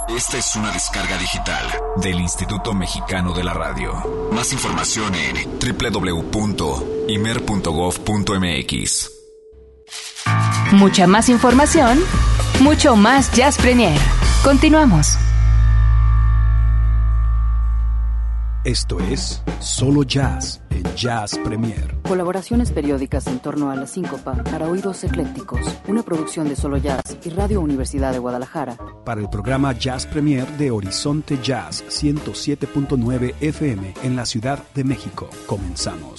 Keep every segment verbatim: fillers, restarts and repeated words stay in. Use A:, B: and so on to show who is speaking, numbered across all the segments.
A: Esta es una descarga digital del Instituto Mexicano de la Radio. Más información en doble u doble u doble u punto i m e r punto gov punto m x.
B: Mucha más información, mucho más Jazz Premier. Continuamos.
C: Esto es Solo Jazz en Jazz Premier.
D: Colaboraciones periódicas en torno a la síncopa para oídos eclécticos. Una producción de Solo Jazz y Radio Universidad de Guadalajara.
C: Para el programa Jazz Premier de Horizonte Jazz ciento siete punto nueve F M en la Ciudad de México. Comenzamos.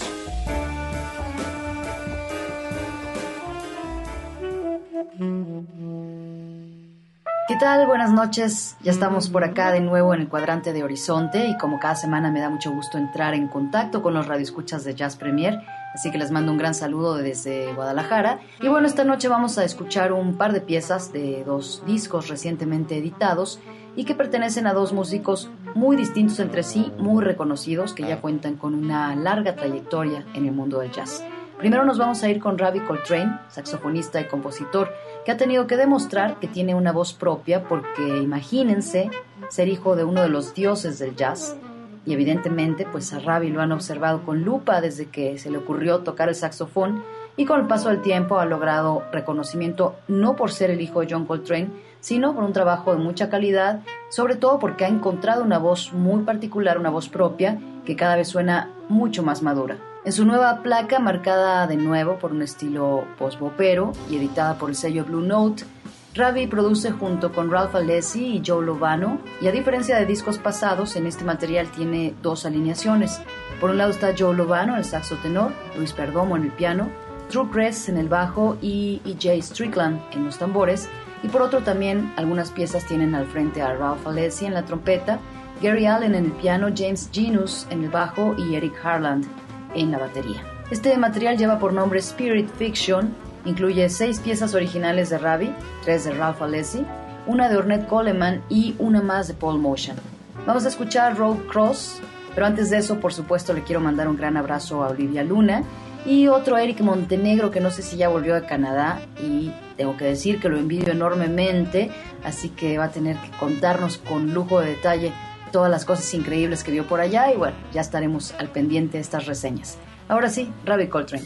E: ¿Qué tal? Buenas noches. Ya estamos por acá de nuevo en el cuadrante de Horizonte y como cada semana me da mucho gusto entrar en contacto con los radioescuchas de Jazz Premier, así que les mando un gran saludo desde Guadalajara. Y bueno, esta noche vamos a escuchar un par de piezas de dos discos recientemente editados y que pertenecen a dos músicos muy distintos entre sí, muy reconocidos, que ya cuentan con una larga trayectoria en el mundo del jazz. Primero nos vamos a ir con Ravi Coltrane, saxofonista y compositor, que ha tenido que demostrar que tiene una voz propia porque imagínense ser hijo de uno de los dioses del jazz y evidentemente pues a Ravi lo han observado con lupa desde que se le ocurrió tocar el saxofón y con el paso del tiempo ha logrado reconocimiento no por ser el hijo de John Coltrane, sino por un trabajo de mucha calidad, sobre todo porque ha encontrado una voz muy particular, una voz propia que cada vez suena mucho más madura. En su nueva placa, marcada de nuevo por un estilo post-bopero y editada por el sello Blue Note, Ravi produce junto con Ralph Alessi y Joe Lovano, y a diferencia de discos pasados, en este material tiene dos alineaciones. Por un lado está Joe Lovano en el saxo tenor, Luis Perdomo en el piano, Drew Kress en el bajo y E J Strickland en los tambores, y por otro también algunas piezas tienen al frente a Ralph Alessi en la trompeta, Gary Allen en el piano, James Genus en el bajo y Eric Harland en la batería. Este material lleva por nombre Spirit Fiction, incluye seis piezas originales de Ravi, tres de Ralph Alessi, una de Ornette Coleman y una más de Paul Motian. Vamos a escuchar Road Cross, pero antes de eso, por supuesto, le quiero mandar un gran abrazo a Olivia Luna y otro Eric Montenegro, que no sé si ya volvió de Canadá y tengo que decir que lo envidio enormemente, así que va a tener que contarnos con lujo de detalle todas las cosas increíbles que vio por allá y bueno, ya estaremos al pendiente de estas reseñas. Ahora sí, Ravi Coltrane.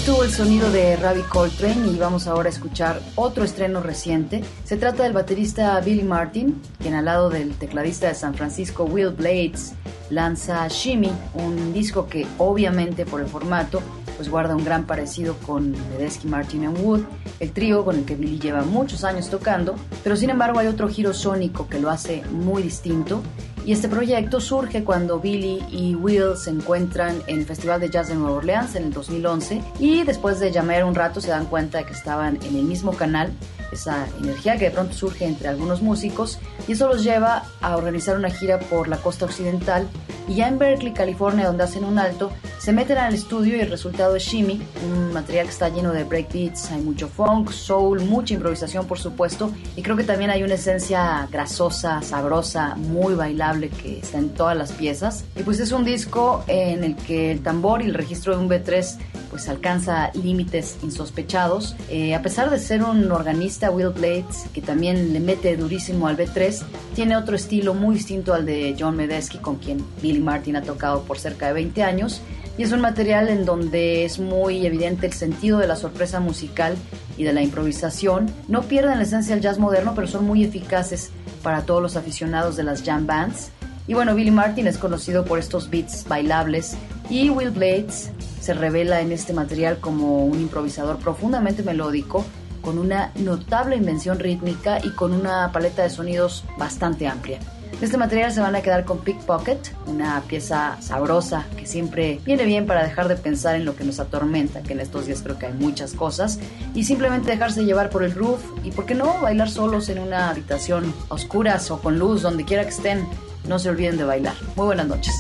E: estuvo el sonido de Ravi Coltrane y vamos ahora a escuchar otro estreno reciente. Se trata del baterista Billy Martin, quien al lado del tecladista de San Francisco Will Blades lanza Shimmy, un disco que obviamente por el formato pues guarda un gran parecido con Medeski, Martin and Wood, el trío con el que Billy lleva muchos años tocando, pero sin embargo hay otro giro sónico que lo hace muy distinto. Y este proyecto surge cuando Billy y Will se encuentran en el Festival de Jazz de Nueva Orleans en el dos mil once y después de llamear un rato se dan cuenta de que estaban en el mismo canal, esa energía que de pronto surge entre algunos músicos, y eso los lleva a organizar una gira por la costa occidental, y ya en Berkeley, California, donde hacen un alto, se meten al estudio y el resultado es Shimmy, un material que está lleno de breakbeats, hay mucho funk, soul, mucha improvisación por supuesto, y creo que también hay una esencia grasosa, sabrosa, muy bailable que está en todas las piezas. Y pues es un disco en el que el tambor y el registro de un B tres pues alcanza límites insospechados. Eh, a pesar de ser un organista, Will Blades, que también le mete durísimo al B tres, tiene otro estilo muy distinto al de John Medeski, con quien Billy Martin ha tocado por cerca de veinte años, y es un material en donde es muy evidente el sentido de la sorpresa musical y de la improvisación. No pierden la esencia del jazz moderno, pero son muy eficaces para todos los aficionados de las jam bands. Y bueno, Billy Martin es conocido por estos beats bailables y Will Blades se revela en este material como un improvisador profundamente melódico, con una notable invención rítmica y con una paleta de sonidos bastante amplia. De este material se van a quedar con Pickpocket, una pieza sabrosa que siempre viene bien para dejar de pensar en lo que nos atormenta, que en estos días creo que hay muchas cosas, y simplemente dejarse llevar por el groove y, ¿por qué no?, bailar solos en una habitación a oscuras o con luz, donde quiera que estén. No se olviden de bailar. Muy buenas noches.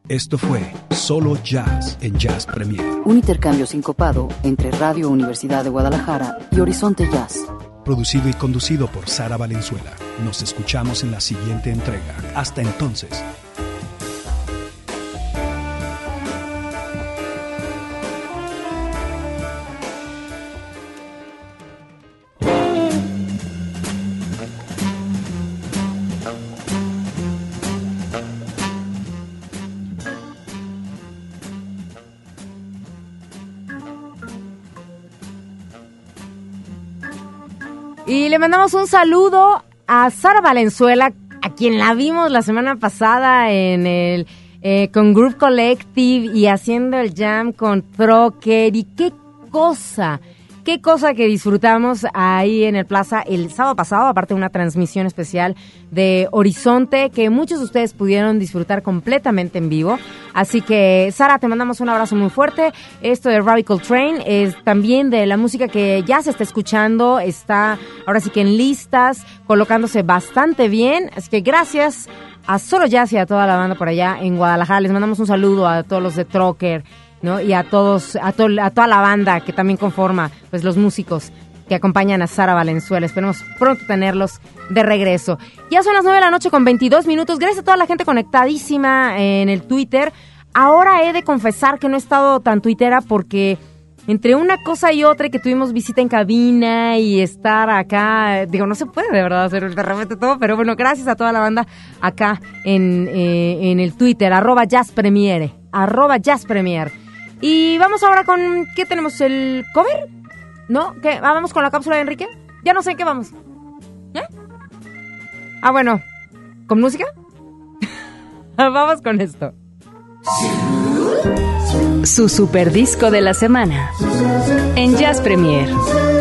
C: Esto fue Solo Jazz en Jazz Premier.
D: Un intercambio sincopado entre Radio Universidad de Guadalajara y Horizonte Jazz.
C: Producido y conducido por Sara Valenzuela. Nos escuchamos en la siguiente entrega. Hasta entonces.
F: Y le mandamos un saludo a Sara Valenzuela, a quien la vimos la semana pasada en el eh, con Group Collective y haciendo el jam con Trocker. Y qué cosa, qué cosa que disfrutamos ahí en el Plaza el sábado pasado, aparte de una transmisión especial de Horizonte que muchos de ustedes pudieron disfrutar completamente en vivo. Así que, Sara, te mandamos un abrazo muy fuerte. Esto de Robbie Coltrane es también de la música que ya se está escuchando, está ahora sí que en listas, colocándose bastante bien. Así que gracias a Solo Jazz y a toda la banda por allá en Guadalajara. Les mandamos un saludo a todos los de Trocker, ¿no? Y a todos, a, to, a toda la banda que también conforma, pues, los músicos que acompañan a Sara Valenzuela. Esperemos pronto tenerlos de regreso. Ya son las nueve de la noche con veintidós minutos. Gracias a toda la gente conectadísima en el Twitter. Ahora he de confesar que no he estado tan tuitera porque entre una cosa y otra, y que tuvimos visita en cabina y estar acá, digo, no se puede de verdad hacer de repente todo, pero bueno, gracias a toda la banda acá en, eh, en el Twitter, arroba jazzpremiere, arroba jazzpremiere. Y vamos ahora con, ¿qué tenemos? ¿El cover? ¿No? ¿Qué? Ah, ¿vamos con la cápsula de Enrique? Ya no sé en qué vamos. ¿Eh? Ah, bueno, ¿con música? Vamos con esto.
B: Su super disco de la semana en Jazz Premier.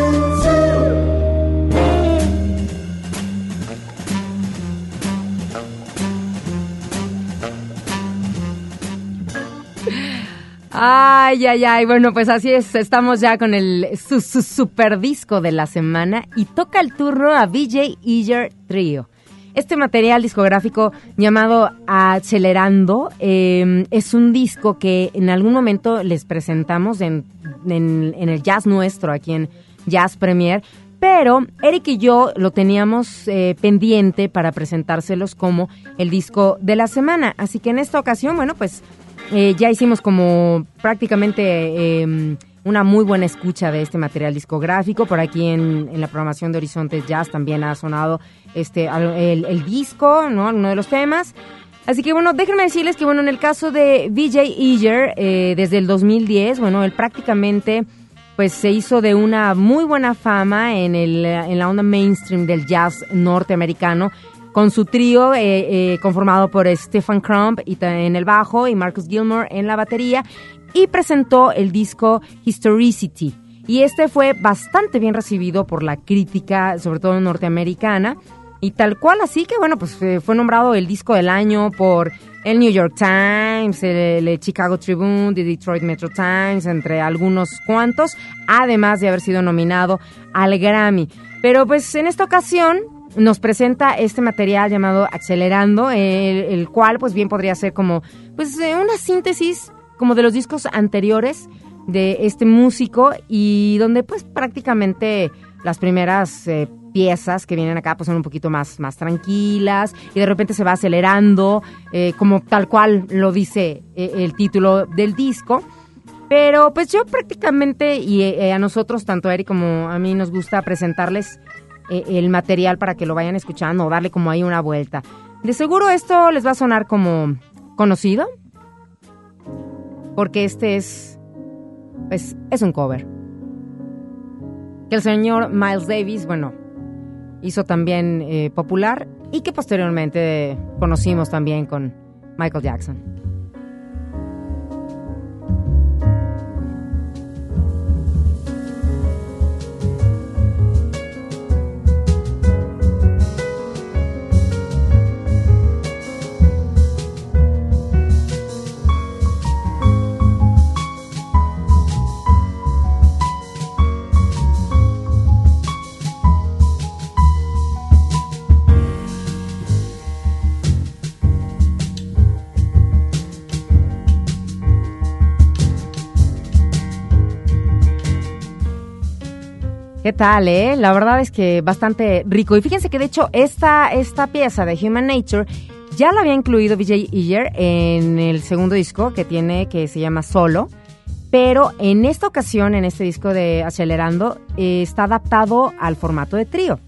F: Ay, ay, ay, bueno, pues así es, estamos ya con el su, su super disco de la semana y toca el turno a V J Eger Trio. Este material discográfico llamado Acelerando eh, es un disco que en algún momento les presentamos en, en, en el Jazz Nuestro, aquí en Jazz Premier, pero Eric y yo lo teníamos eh, pendiente para presentárselos como el disco de la semana. Así que en esta ocasión, bueno, pues eh, ya hicimos como prácticamente eh, una muy buena escucha de este material discográfico. Por aquí en, en la programación de Horizonte Jazz también ha sonado este el, el disco, ¿no? Uno de los temas. Así que bueno, déjenme decirles que bueno, en el caso de V J Eger, eh, desde el dos mil diez, bueno, él prácticamente pues se hizo de una muy buena fama en, el, en la onda mainstream del jazz norteamericano, con su trío eh, eh, conformado por Stephen Crump y en el bajo y Marcus Gilmore en la batería, y presentó el disco Historicity. Y este fue bastante bien recibido por la crítica, sobre todo norteamericana, y tal cual así que, bueno, pues eh, fue nombrado el disco del año por el New York Times, el, el Chicago Tribune, the Detroit Metro Times, entre algunos cuantos, además de haber sido nominado al Grammy. Pero pues en esta ocasión nos presenta este material llamado Acelerando, el, el cual pues bien podría ser como pues eh, una síntesis como de los discos anteriores de este músico, y donde pues prácticamente las primeras eh, piezas que vienen acá pues son un poquito más, más tranquilas, y de repente se va acelerando, eh, como tal cual lo dice eh, el título del disco. Pero pues yo prácticamente, y eh, a nosotros, tanto a Eric como a mí, nos gusta presentarles eh, el material para que lo vayan escuchando o darle como ahí una vuelta. De seguro esto les va a sonar como conocido, porque este es, pues, es un cover que el señor Miles Davis, bueno, hizo también eh, popular, y que posteriormente conocimos también con Michael Jackson. ¿Qué tal, eh? La verdad es que bastante rico. Y fíjense que de hecho esta, esta pieza de Human Nature ya la había incluido V J Eager en el segundo disco que tiene, que se llama Solo. Pero en esta ocasión, en este disco de Acelerando, eh, está adaptado al formato de trío.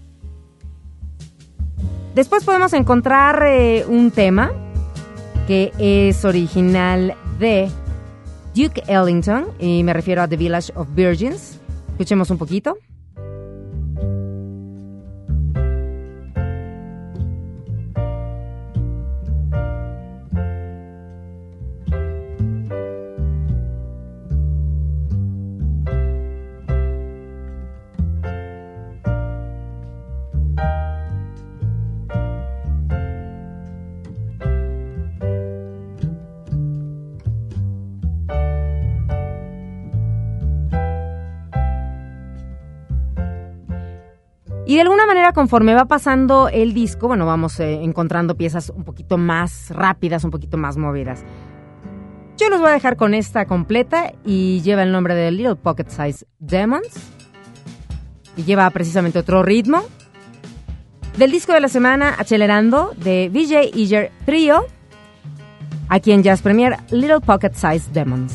F: Después podemos encontrar eh, un tema que es original de Duke Ellington, y me refiero a The Village of Virgins. Escuchemos un poquito. Y de alguna manera, conforme va pasando el disco, bueno, vamos eh, encontrando piezas un poquito más rápidas, un poquito más movidas. Yo los voy a dejar con esta completa y lleva el nombre de Little Pocket Size Demons. Y lleva precisamente otro ritmo. Del disco de la semana, Acelerando, de V J Eager Trio. Aquí en Jazz Premier, Little Pocket Size Demons.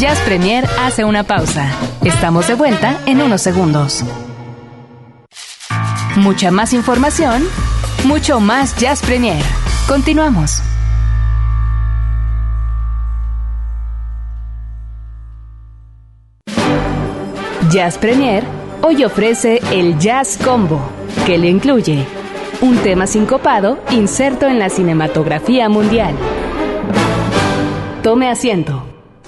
B: Jazz Premier hace una pausa. Estamos de vuelta en unos segundos. Mucha más información, mucho más Jazz Premier. Continuamos. Jazz Premier hoy ofrece el Jazz Combo, que le incluye un tema sincopado inserto en la cinematografía mundial. Tome asiento.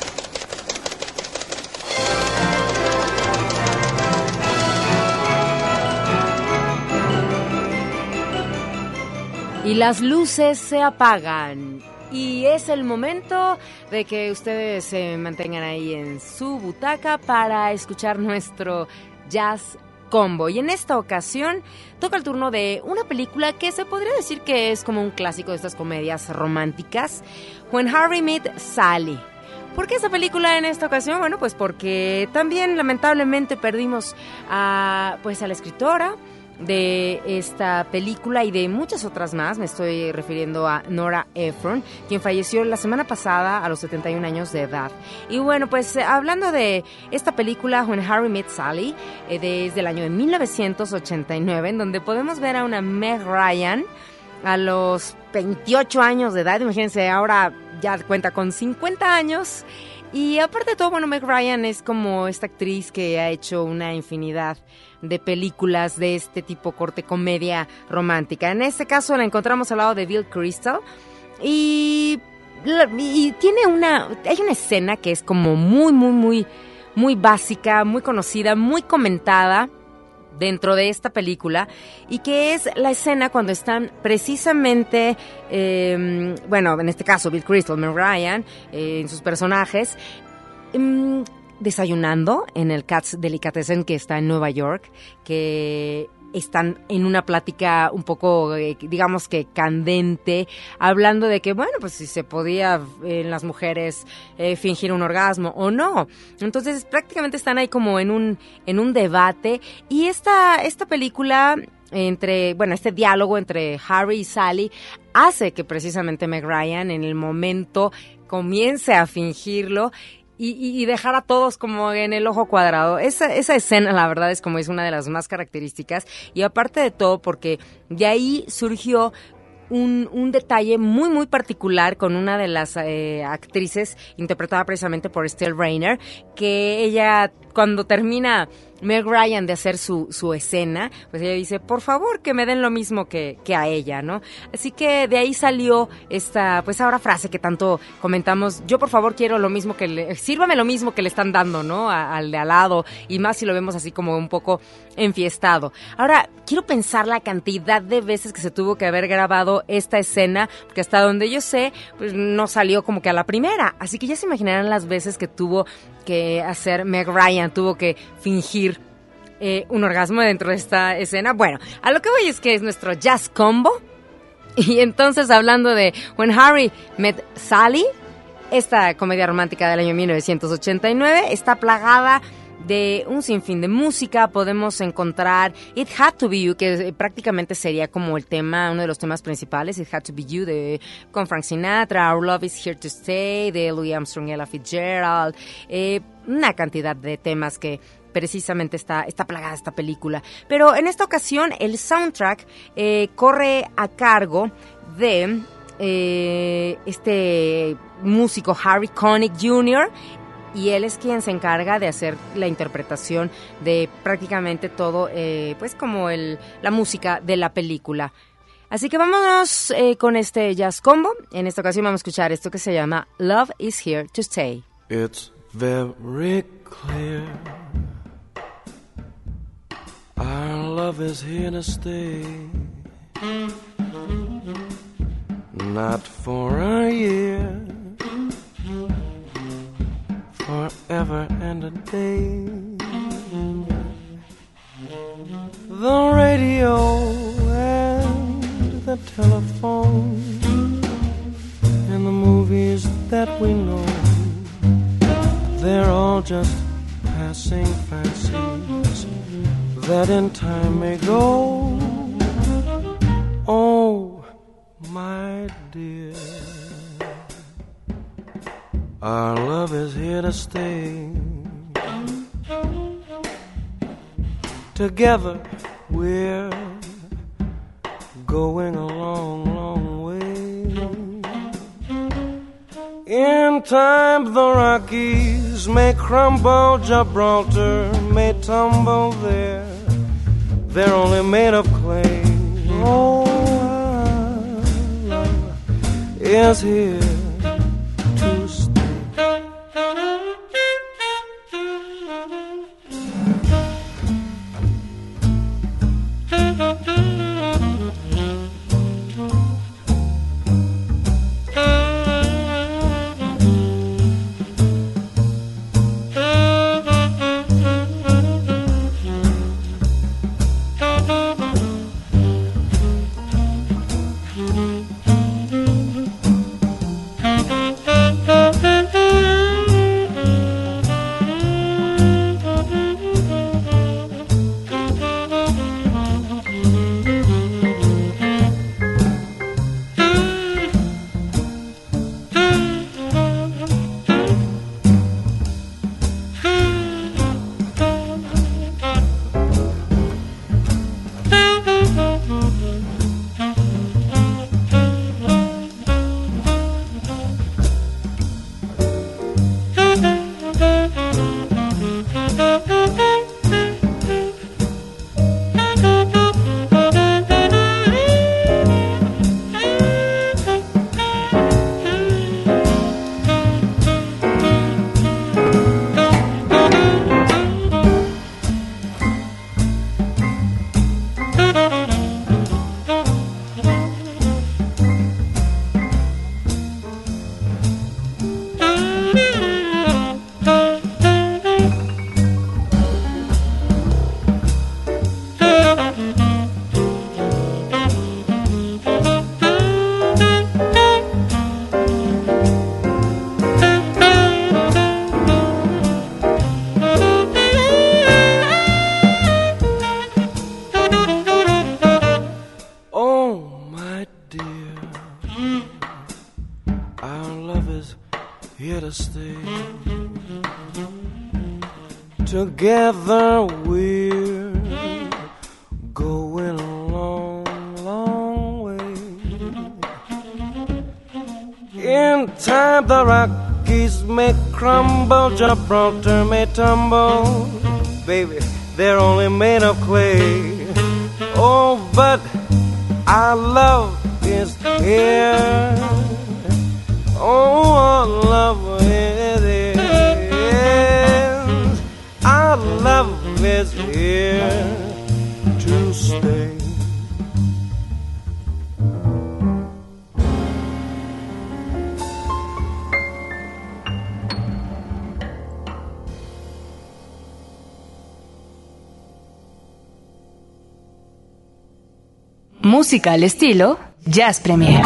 F: Y las luces se apagan. Y es el momento de que ustedes se mantengan ahí en su butaca para escuchar nuestro Jazz Combo. Y en esta ocasión toca el turno de una película que se podría decir que es como un clásico de estas comedias románticas, When Harry Met Sally. ¿Por qué esa película en esta ocasión? Bueno, pues porque también lamentablemente perdimos a, pues a la escritora de esta película y de muchas otras más. Me estoy refiriendo a Nora Ephron, quien falleció la semana pasada a los setenta y un años de edad. Y bueno, pues eh, hablando de esta película When Harry Met Sally, eh, desde el año de mil novecientos ochenta y nueve, en donde podemos ver a una Meg Ryan a los veintiocho años de edad. Imagínense, ahora ya cuenta con cincuenta años. Y aparte de todo, bueno, Meg Ryan es como esta actriz que ha hecho una infinidad de películas de este tipo, corte comedia romántica. En este caso la encontramos al lado de Bill Crystal y, y tiene una, hay una escena que es como muy, muy, muy, muy básica, muy conocida, muy comentada dentro de esta película, y que es la escena cuando están precisamente, eh, bueno, en este caso Bill Crystal, Meg Ryan, eh, en sus personajes, eh, desayunando en el Katz Delicatessen que está en Nueva York, que están en una plática un poco, eh, digamos que candente, hablando de que, bueno, pues si se podía en las mujeres eh, fingir un orgasmo o no. Entonces prácticamente están ahí como en un, en un debate, y esta, esta película, entre, bueno, este diálogo entre Harry y Sally hace que precisamente Meg Ryan en el momento comience a fingirlo Y, y, y dejar a todos como en el ojo cuadrado. Esa, esa escena, la verdad, es como es una de las más características. Y aparte de todo, porque de ahí surgió un, un detalle muy, muy particular con una de las eh, actrices interpretada precisamente por Estelle Rainer, que ella, cuando termina Meg Ryan de hacer su, su escena, pues ella dice, por favor, que me den lo mismo que, que a ella, ¿no? Así que de ahí salió esta, pues ahora frase que tanto comentamos, yo por favor quiero lo mismo que le, sírvame lo mismo que le están dando, ¿no? A, al de al lado, y más si lo vemos así como un poco enfiestado. Ahora, quiero pensar la cantidad de veces que se tuvo que haber grabado esta escena, porque hasta donde yo sé, pues no salió como que a la primera, así que ya se imaginarán las veces que tuvo que hacer Meg Ryan, tuvo que fingir eh, un orgasmo dentro de esta escena. Bueno, a lo que voy es que es nuestro Jazz Combo. Y entonces, hablando de When Harry Met Sally, esta comedia romántica del año mil novecientos ochenta y nueve está plagada de un sinfín de música. Podemos encontrar It Had to Be You, que prácticamente sería como el tema, uno de los temas principales, It Had to Be You, de, con Frank Sinatra, Our Love is Here to Stay, de Louis Armstrong y Ella Fitzgerald, eh, una cantidad de temas que precisamente está, está plagada esta película. Pero en esta ocasión el soundtrack eh, corre a cargo de eh, este músico Harry Connick junior, y él es quien se encarga de hacer la interpretación de prácticamente todo, eh, pues como el, la música de la película. Así que vámonos eh, con este Jazz Combo. En esta ocasión vamos a escuchar esto que se llama Love is Here to Stay.
G: It's very clear our love is here to stay, not for a year, forever and a day. The radio and the telephone and the movies that we know, they're all just passing fancies that in time may go. Oh, my dear, Our love is here to stay. Together we're going a long, long way. In time the Rockies may crumble, Gibraltar may tumble there. They're only made of clay. Oh, our love is here to stay. Together we're going a long, long way. In time the Rockies may crumble, Gibraltar may tumble. Baby, they're only made of clay. Oh, but our love is here. Oh, our love is here. Our love is here to stay.
B: Música al estilo Jazz Premier.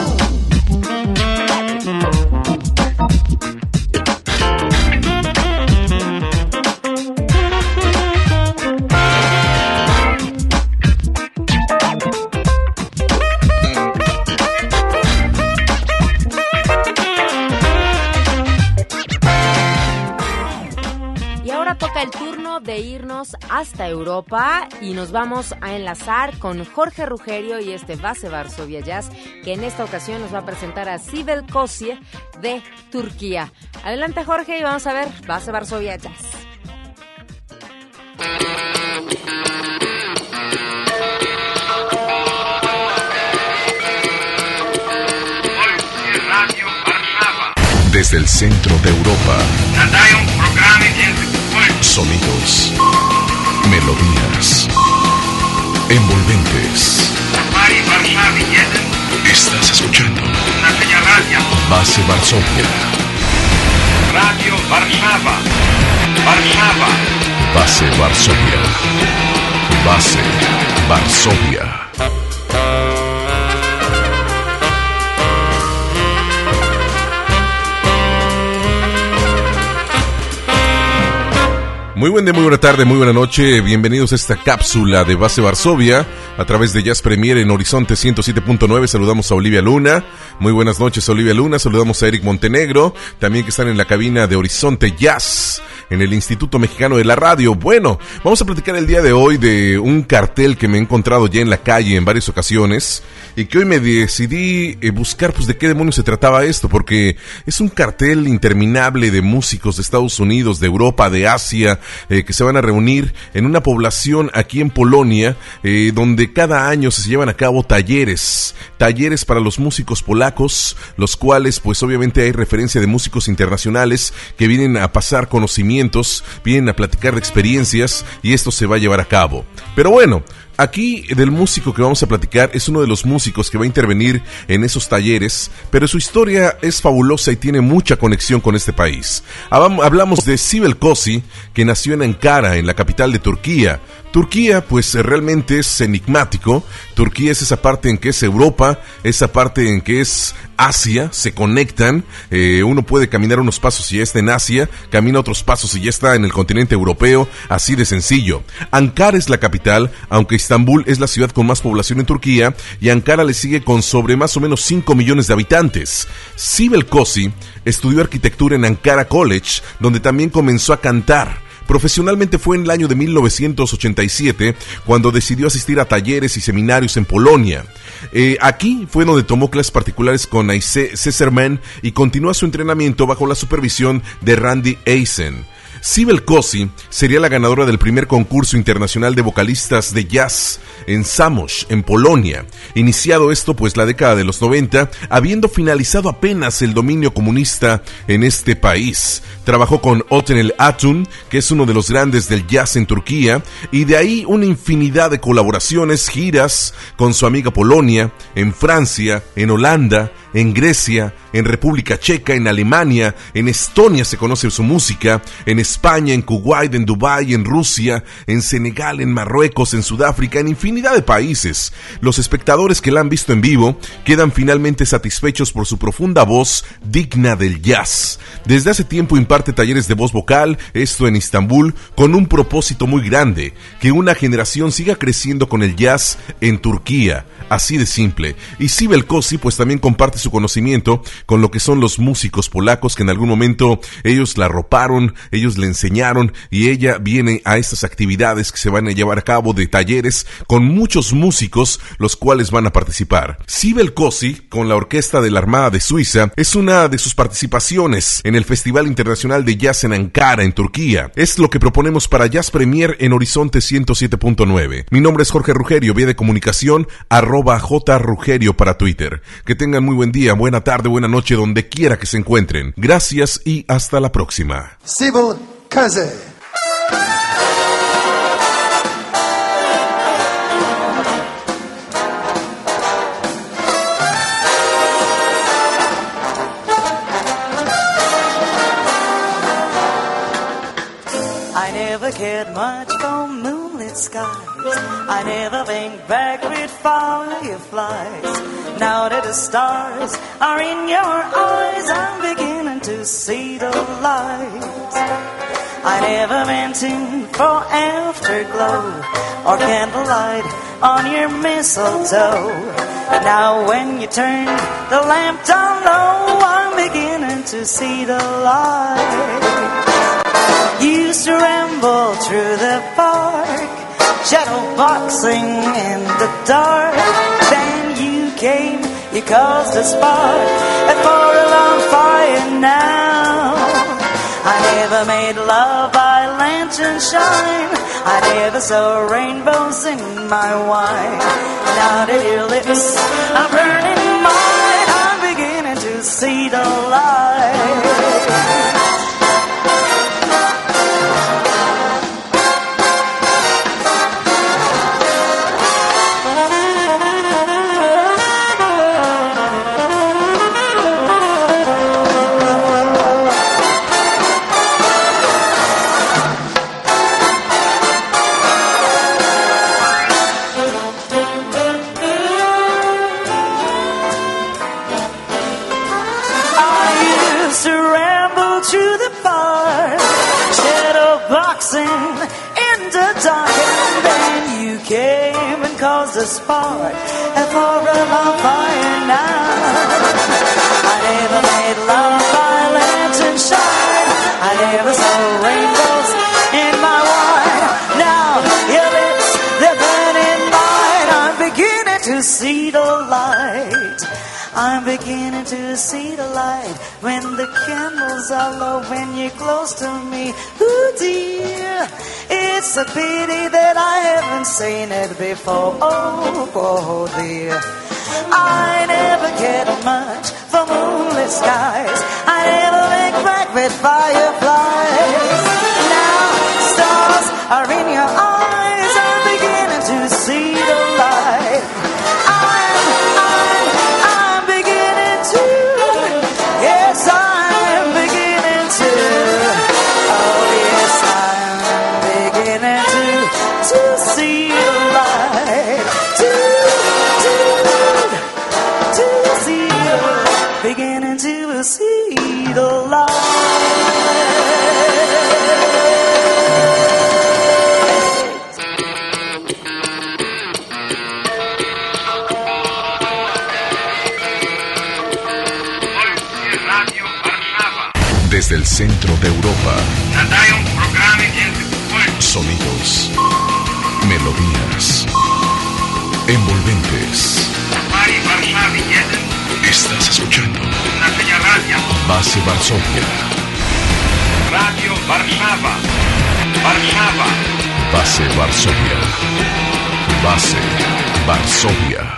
F: El turno de irnos hasta Europa y nos vamos a enlazar con Jorge Ruggerio y este Base Varsovia Jazz, que en esta ocasión nos va a presentar a Sibel Kosie de Turquía. Adelante, Jorge, y vamos a ver Base Varsovia Jazz.
A: Desde el centro de Europa. Sonidos, melodías, envolventes. Estás escuchando Base Varsovia. Radio Warszawa. Warszawa. Base Varsovia. Base Varsovia.
H: Muy buen día, muy buena tarde, muy buena noche. Bienvenidos a esta cápsula de Base Varsovia a través de Jazz Premier en Horizonte ciento siete punto nueve. Saludamos a Olivia Luna. Muy buenas noches, Olivia Luna. Saludamos a Eric Montenegro, también que están en la cabina de Horizonte Jazz en el Instituto Mexicano de la Radio. Bueno, vamos a platicar el día de hoy de un cartel que me he encontrado ya en la calle en varias ocasiones y que hoy me decidí eh, buscar pues de qué demonios se trataba esto, porque es un cartel interminable de músicos de Estados Unidos, de Europa, de Asia, eh, que se van a reunir en una población aquí en Polonia, eh, donde cada año se llevan a cabo talleres, talleres para los músicos polacos, los cuales pues obviamente hay referencia de músicos internacionales que vienen a pasar conocimientos, vienen a platicar de experiencias y esto se va a llevar a cabo. Pero bueno, aquí del músico que vamos a platicar es uno de los músicos que va a intervenir en esos talleres, pero su historia es fabulosa y tiene mucha conexión con este país. Hablamos de Sibel Cossy, que nació en Ankara, en la capital de Turquía. Turquía, pues realmente es enigmático. Turquía es esa parte en que es Europa, esa parte en que es Asia, se conectan. Eh, uno puede caminar unos pasos y ya está en Asia, camina otros pasos y ya está en el continente europeo, así de sencillo. Ankara es la capital, aunque Estambul es la ciudad con más población en Turquía, y Ankara le sigue con sobre más o menos cinco millones de habitantes. Sibel Cossy estudió arquitectura en Ankara College, donde también comenzó a cantar. Profesionalmente fue en el año de mil novecientos ochenta y siete cuando decidió asistir a talleres y seminarios en Polonia. Eh, aquí fue donde tomó clases particulares con Aise Cesarman y continuó su entrenamiento bajo la supervisión de Randy Eisen. Sibel Cossy sería la ganadora del primer concurso internacional de vocalistas de jazz en Zamość, en Polonia. Iniciado esto pues la década de los noventa, habiendo finalizado apenas el dominio comunista en este país. Trabajó con Otenel Atun, que es uno de los grandes del jazz en Turquía, y de ahí una infinidad de colaboraciones, giras con su amiga Polonia, en Francia, en Holanda, en Grecia, en República Checa, en Alemania, en Estonia se conoce su música, en España, en Kuwait, en Dubái, en Rusia, en Senegal, en Marruecos, en Sudáfrica, en infinidad de países. Los espectadores que la han visto en vivo quedan finalmente satisfechos por su profunda voz digna del jazz. Desde hace tiempo imparte talleres de voz vocal, esto en Estambul, con un propósito muy grande, que una generación siga creciendo con el jazz en Turquía, así de simple. Y Sibel Cossy pues también comparte su conocimiento con lo que son los músicos polacos que en algún momento ellos la arroparon, ellos le enseñaron y ella viene a estas actividades que se van a llevar a cabo de talleres con muchos músicos los cuales van a participar. Sibel Cossy con la Orquesta de la Armada de Suiza es una de sus participaciones en el Festival Internacional de Jazz en Ankara, en Turquía. Es lo que proponemos para Jazz Premier en Horizonte ciento siete punto nueve. Mi nombre es Jorge Rugerio, vía de comunicación arroba jrugerio para Twitter. Que tengan muy buen día, buena tarde, buena noche, donde quiera que se encuentren. Gracias y hasta la próxima.
I: Sibel Cossy.
J: I never cared much for moonlit skies. I never think back with fireflies. Now that the stars are in your eyes, I'm beginning to see the light. I never went in for afterglow or candlelight on your mistletoe. But now when you turn the lamp down low, I'm beginning to see the light. Used to ramble through the park, shadow boxing in the dark. Then you came, you caused a spark, and for a long fire now. I never made love by lantern shine. I never saw rainbows in my wine. Now that your lips are burning mine, I'm beginning to see the light. a spark for a long fire now. I never made love by lantern shine. I never saw rainbows in my wine. Now your lips, they're burning mine. I'm beginning to see the light. I'm beginning to see the light when the candles are low, when you're close to me. Ooh dear, it's a pity that I haven't seen it before. Oh, oh dear, I never cared much for moonlit skies. I never make black with fireflies. Now stars are in your eyes. I'm beginning to see the light. I'm, I'm, I'm beginning to. Yes, I'm beginning to. Oh yes, I'm beginning to to see the light. To, to, to see the light. Beginning to see the light.
A: Desde el centro de Europa. Sonidos, melodías, envolventes. Estás escuchando Base Varsovia. Radio Warszawa. Warszawa. Base Varsovia. Base Varsovia.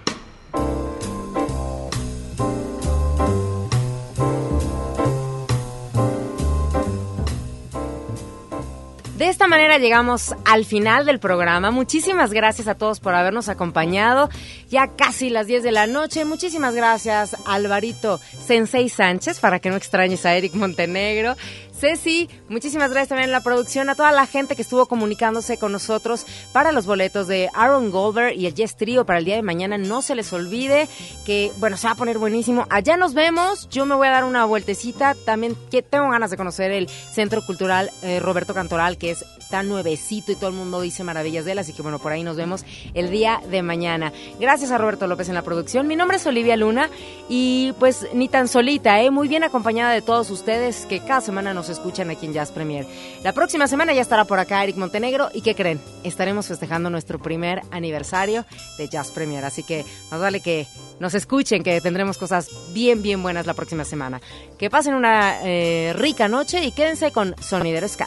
F: De esta manera llegamos al final del programa. Muchísimas gracias a todos por habernos acompañado. Ya casi las diez de la noche. Muchísimas gracias, Alvarito Sensei Sánchez, para que no extrañes a Eric Montenegro. Ceci, muchísimas gracias también en la producción, a toda la gente que estuvo comunicándose con nosotros para los boletos de Aaron Goldberg y el Yes Trio para el día de mañana. No se les olvide que, bueno, se va a poner buenísimo. Allá nos vemos, yo me voy a dar una vueltecita. También que tengo ganas de conocer el Centro Cultural eh, Roberto Cantoral, que es tan nuevecito y todo el mundo dice maravillas de él, así que bueno, por ahí nos vemos el día de mañana. Gracias a Roberto López en la producción. Mi nombre es Olivia Luna y pues ni tan solita, ¿eh? Muy bien acompañada de todos ustedes que cada semana nos escuchan aquí en Jazz Premier. La próxima semana ya estará por acá Eric Montenegro y ¿qué creen? Estaremos festejando nuestro primer aniversario de Jazz Premier, así que más vale que nos escuchen, que tendremos cosas bien, bien buenas la próxima semana. Que pasen una eh, rica noche y quédense con Sonidero Scat.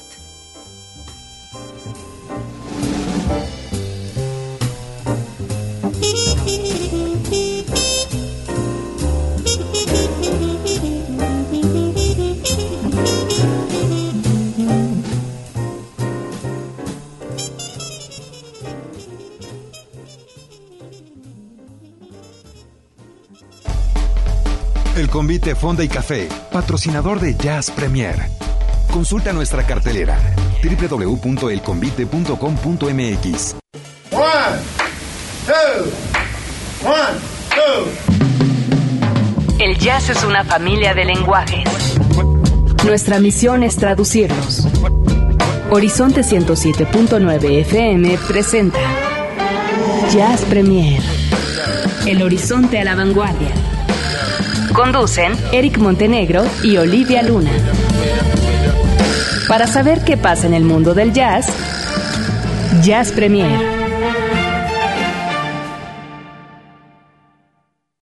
I: El Convite Fonda y Café, patrocinador de Jazz Premier. Consulta nuestra cartelera doble u doble u doble u punto el convite punto com punto m x.
K: One, two, one, two.
B: El jazz es una familia de lenguajes. Nuestra misión es traducirlos. Horizonte ciento siete punto nueve F M presenta Jazz Premier. El horizonte a la vanguardia. Conducen Eric Montenegro y Olivia Luna. Para saber qué pasa en el mundo del jazz, Jazz Premier.